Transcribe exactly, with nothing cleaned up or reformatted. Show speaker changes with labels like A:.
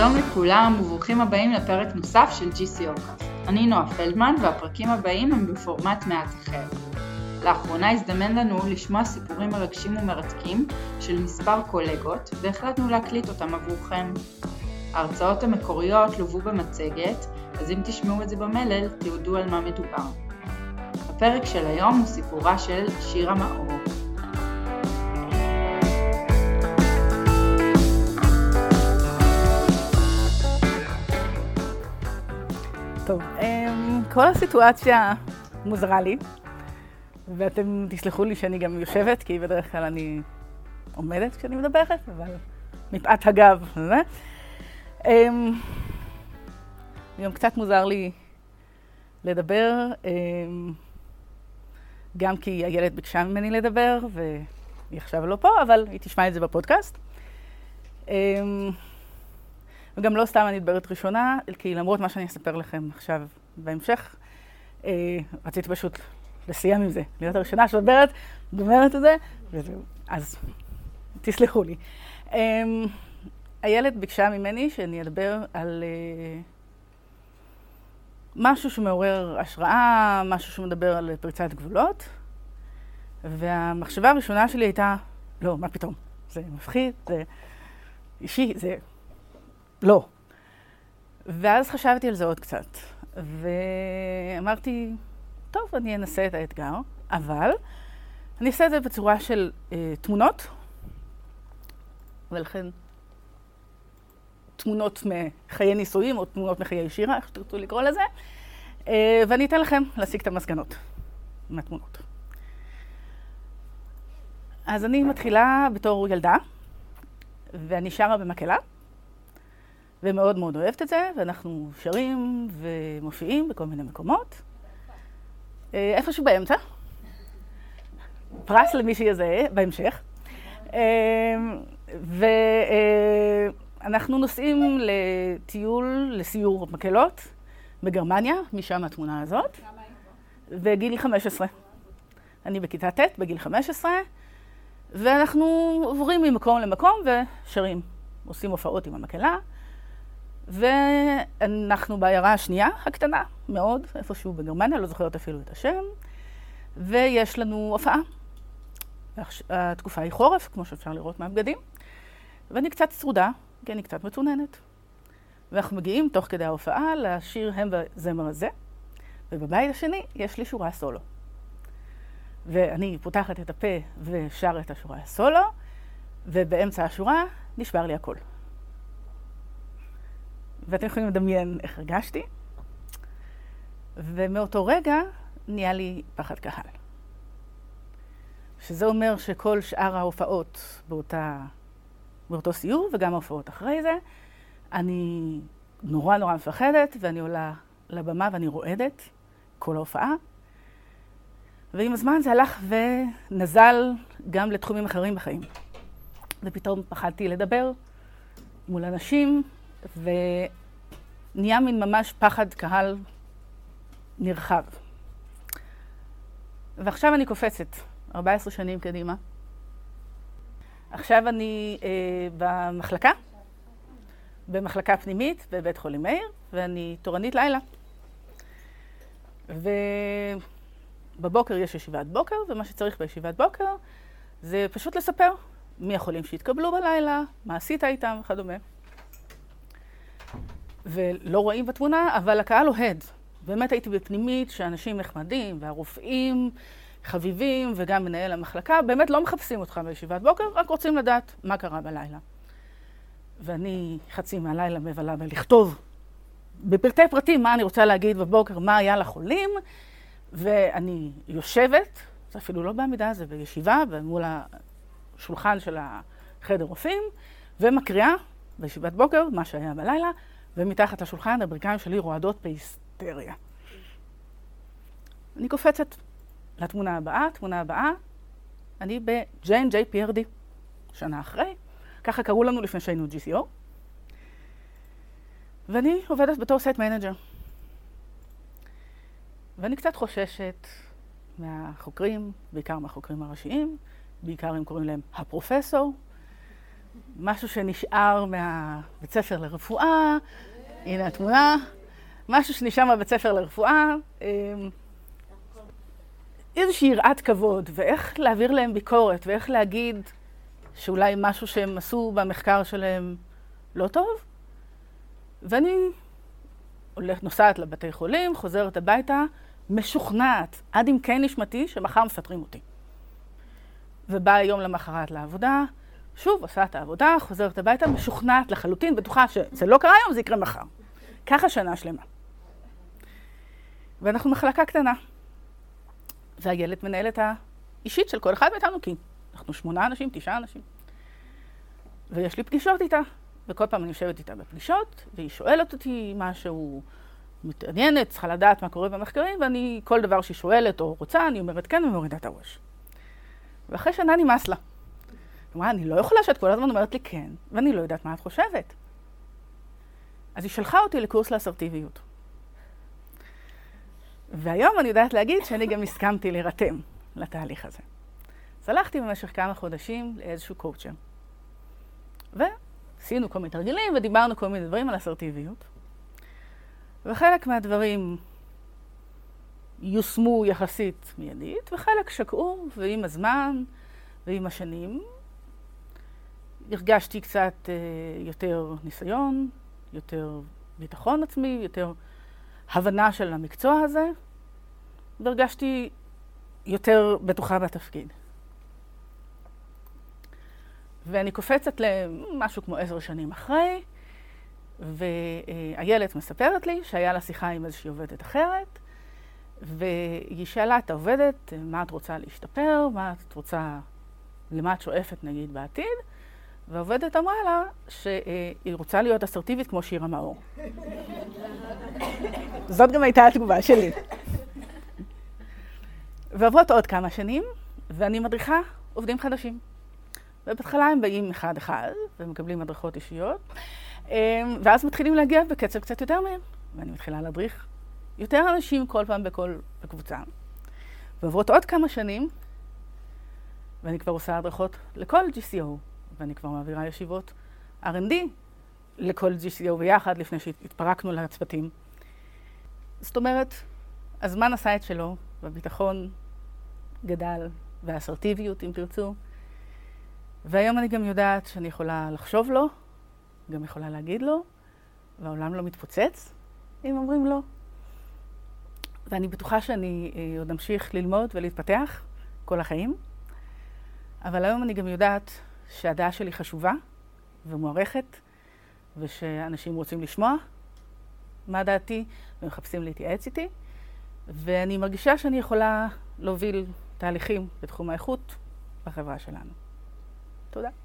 A: שלום לכולם וברוכים הבאים לפרק נוסף של ג'י סי או קאסט. אני נועה פלדמן והפרקים הבאים הם בפורמט מעט אחר. לאחרונה הזדמן לנו לשמוע סיפורים מרגשים ומרתקים של מספר קולגות והחלטנו להקליט אותם עבורכם. ההרצאות המקוריות לובו במצגת, אז אם תשמעו את זה במלל תיעודו על מה מדובר. הפרק של היום הוא סיפורה של שירה מאור.
B: טוב, כל הסיטואציה מוזרה לי, ואתם תסלחו לי שאני גם יושבת, כי בדרך כלל אני עומדת כשאני מדברת, אבל מפאת הגב, זה. גם קצת מוזר לי לדבר, גם כי הילד ביקשה ממני לדבר, והיא עכשיו לא פה, אבל היא תשמע את זה בפודקאסט. וגם לא סתם אני מדברת ראשונה, כי למרות מה שאני אספר לכם עכשיו בהמשך, אה, רציתי פשוט לסיים עם זה, להיות הראשונה שמדברת, דוברת את זה, וזהו. אז תסלחו לי. אה, הילד ביקשה ממני שאני אדבר על אה, משהו שמעורר השראה, משהו שמדבר על פריצת גבולות, והמחשבה הראשונה שלי הייתה, לא, מה פתאום? זה מפחיד, זה אישי, זה... לא. ואז חשבתי על זה עוד קצת, ואמרתי, טוב, אני אנסה את האתגר, אבל אני אעשה את זה בצורה של אה, תמונות, ולכן תמונות מחיי נישואים, או תמונות מחיי שירה, איך שתרצו לקרוא לזה, אה, ואני אתן לכם להסיק את המסקנות מהתמונות. אז אני מתחילה בתור ילדה, ואני שרה במקהלה, ומאוד מאוד אוהבת את זה, ואנחנו שרים ומופיעים בכל מיני מקומות. איפשהו באמצע. פרס למי שיזהה בהמשך. ואנחנו נוסעים לטיול, לסיור מקהלות בגרמניה, משם התמונה הזאת. בגיל חמש עשרה. אני בכיתה ט' בגיל חמש עשרה, ואנחנו עוברים ממקום למקום ושרים. עושים הופעות עם המקהלה. ואנחנו בעיירה השנייה, הקטנה מאוד, איפשהו בגרמניה, לא זוכרת אפילו את השם, ויש לנו הופעה. התקופה היא חורף, כמו שאפשר לראות מהבגדים, ואני קצת צרודה, כי אני קצת מצוננת. ואנחנו מגיעים תוך כדי ההופעה לשיר הם והזמר הזה, ובבית השני יש לי שורה סולו. ואני פותחת את הפה ושר את השורה הסולו, ובאמצע השורה נשבר לי הכל. ואתם יכולים לדמיין איך הרגשתי. ומאותו רגע נהיה לי פחד קהל. שזה אומר שכל שאר ההופעות באותה, באותו סיור, וגם ההופעות אחרי זה, אני נורא נורא מפחדת, ואני עולה לבמה ואני רועדת כל ההופעה. ועם הזמן זה הלך ונזל גם לתחומים אחרים בחיים. ופתאום פחדתי לדבר מול אנשים, ונהיה מין ממש פחד קהל נרחב. ועכשיו אני קופצת, ארבע עשרה שנים קדימה. עכשיו אני אה, במחלקה, במחלקה פנימית בבית חולים מאיר, ואני תורנית לילה. ובבוקר יש ישיבת בוקר, ומה שצריך בישיבת בוקר זה פשוט לספר מי החולים שהתקבלו בלילה, מה עשית איתם וכדומה. ולא רואים בתמונה, אבל הקהל אוהד. באמת הייתי בפנימית שאנשים נחמדים, והרופאים חביבים, וגם מנהל המחלקה, באמת לא מחפשים אותך בישיבת בוקר, רק רוצים לדעת מה קרה בלילה. ואני חצי מהלילה מבלה בלכתוב בפרטי פרטים מה אני רוצה להגיד בבוקר, מה היה לחולים, ואני יושבת, זה אפילו לא בעמידה, זה בישיבה, מול השולחן של החדר רופאים, ומקריאה בישיבת בוקר מה שהיה בלילה, ומתחת לשולחן הברכיים שלי רועדות בהיסטריה. אני קופצת לתמונה הבאה, תמונה הבאה, אני ב-ג'יי אנד ג'יי פי אר די, שנה אחרי, ככה קראו לנו לפני שהיינו ג'י סי או, ואני עובדת בתור סט מנג'ר. ואני קצת חוששת מהחוקרים, בעיקר מהחוקרים הראשיים, בעיקר הם קוראים להם הפרופסור, משהו שנשאר מהבית ספר לרפואה, הנה התמונה, משהו שנשאר מהבית ספר לרפואה, איזושהי יראת כבוד, ואיך להעביר להם ביקורת, ואיך להגיד שאולי משהו שהם עשו במחקר שלהם לא טוב. ואני הולכת, נוסעת לבתי חולים, חוזרת הביתה, משוכנעת, עד עמקי נשמתי, שמחר מפטרים אותי. ובאה יום למחרת לעבודה, שוב עושה את העבודה, חוזרת הביתה, משוכנעת לחלוטין, בטוחה שזה לא קרה היום, זה יקרה מחר. ככה שנה שלמה. ואנחנו מחלקה קטנה. והילד מנהלת האישית של כל אחד מאיתנו, כי אנחנו שמונה אנשים, תשעה אנשים. ויש לי פגישות איתה, וכל פעם אני יושבת איתה בפגישות, והיא שואלת אותי משהו, מתעניינת, צריכה לדעת מה קורה במחקרים, ואני, כל דבר שהיא שואלת או רוצה, אני אומרת כן ומורידה את הראש. ואחרי שנה נמאס לה. היא אומרת, אני לא יכולה שאת כל הזמן אומרת לי כן, ואני לא יודעת מה את חושבת. אז היא שלחה אותי לקורס לאסרטיביות. והיום אני יודעת להגיד שאני גם הסכמתי להירתם לתהליך הזה. אז הלכתי במשך כמה חודשים לאיזשהו קואוצ'ר. ועשינו כל מיני תרגילים ודיברנו כל מיני דברים על אסרטיביות. וחלק מהדברים יושמו יחסית מיידית, וחלק שקעו, ועם הזמן ועם השנים הרגשתי קצת אה, יותר ניסיון, יותר ביטחון עצמי, יותר הבנה של המקצוע הזה, והרגשתי יותר בטוחה בתפקיד. ואני קופצת למשהו כמו עשר שנים אחרי, והילד מספרת לי שהיה לה שיחה עם איזושהי עובדת אחרת, והיא שאלה את העובדת, מה את רוצה להשתפר, מה את רוצה, למה את שואפת נגיד בעתיד, והעובדת אמרה לה שהיא רוצה להיות אסרטיבית כמו שירה מאור. זאת גם הייתה התגובה שלי. ועברות עוד כמה שנים, ואני מדריכה עובדים חדשים. ובהתחלה הם באים אחד אחד, ומקבלים מדריכות אישיות, ואז מתחילים להגיע בקצב קצת יותר מהר, ואני מתחילה להדריך יותר אנשים כל פעם בכל קבוצה. ועברות עוד כמה שנים, ואני כבר עושה הדרכות לכל ג'י סי או, ואני כבר מעבירה ישיבות אר אנד די לכל ג'י סי או ביחד, לפני שהתפרקנו לצוותים. זאת אומרת, הזמן עשה את שלו, והביטחון גדל, והאסרטיביות, אם תרצו. והיום אני גם יודעת שאני יכולה לחשוב לו, גם יכולה להגיד לו, והעולם לא מתפוצץ, אם אומרים לו. ואני בטוחה שאני עוד אמשיך ללמוד ולהתפתח כל החיים. אבל היום אני גם יודעת שהדעה שלי חשובה ומוערכת, ושאנשים רוצים לשמוע מה דעתי, ומחפשים להתייעץ איתי. ואני מרגישה שאני יכולה להוביל תהליכים בתחום האיכות בחברה שלנו. תודה.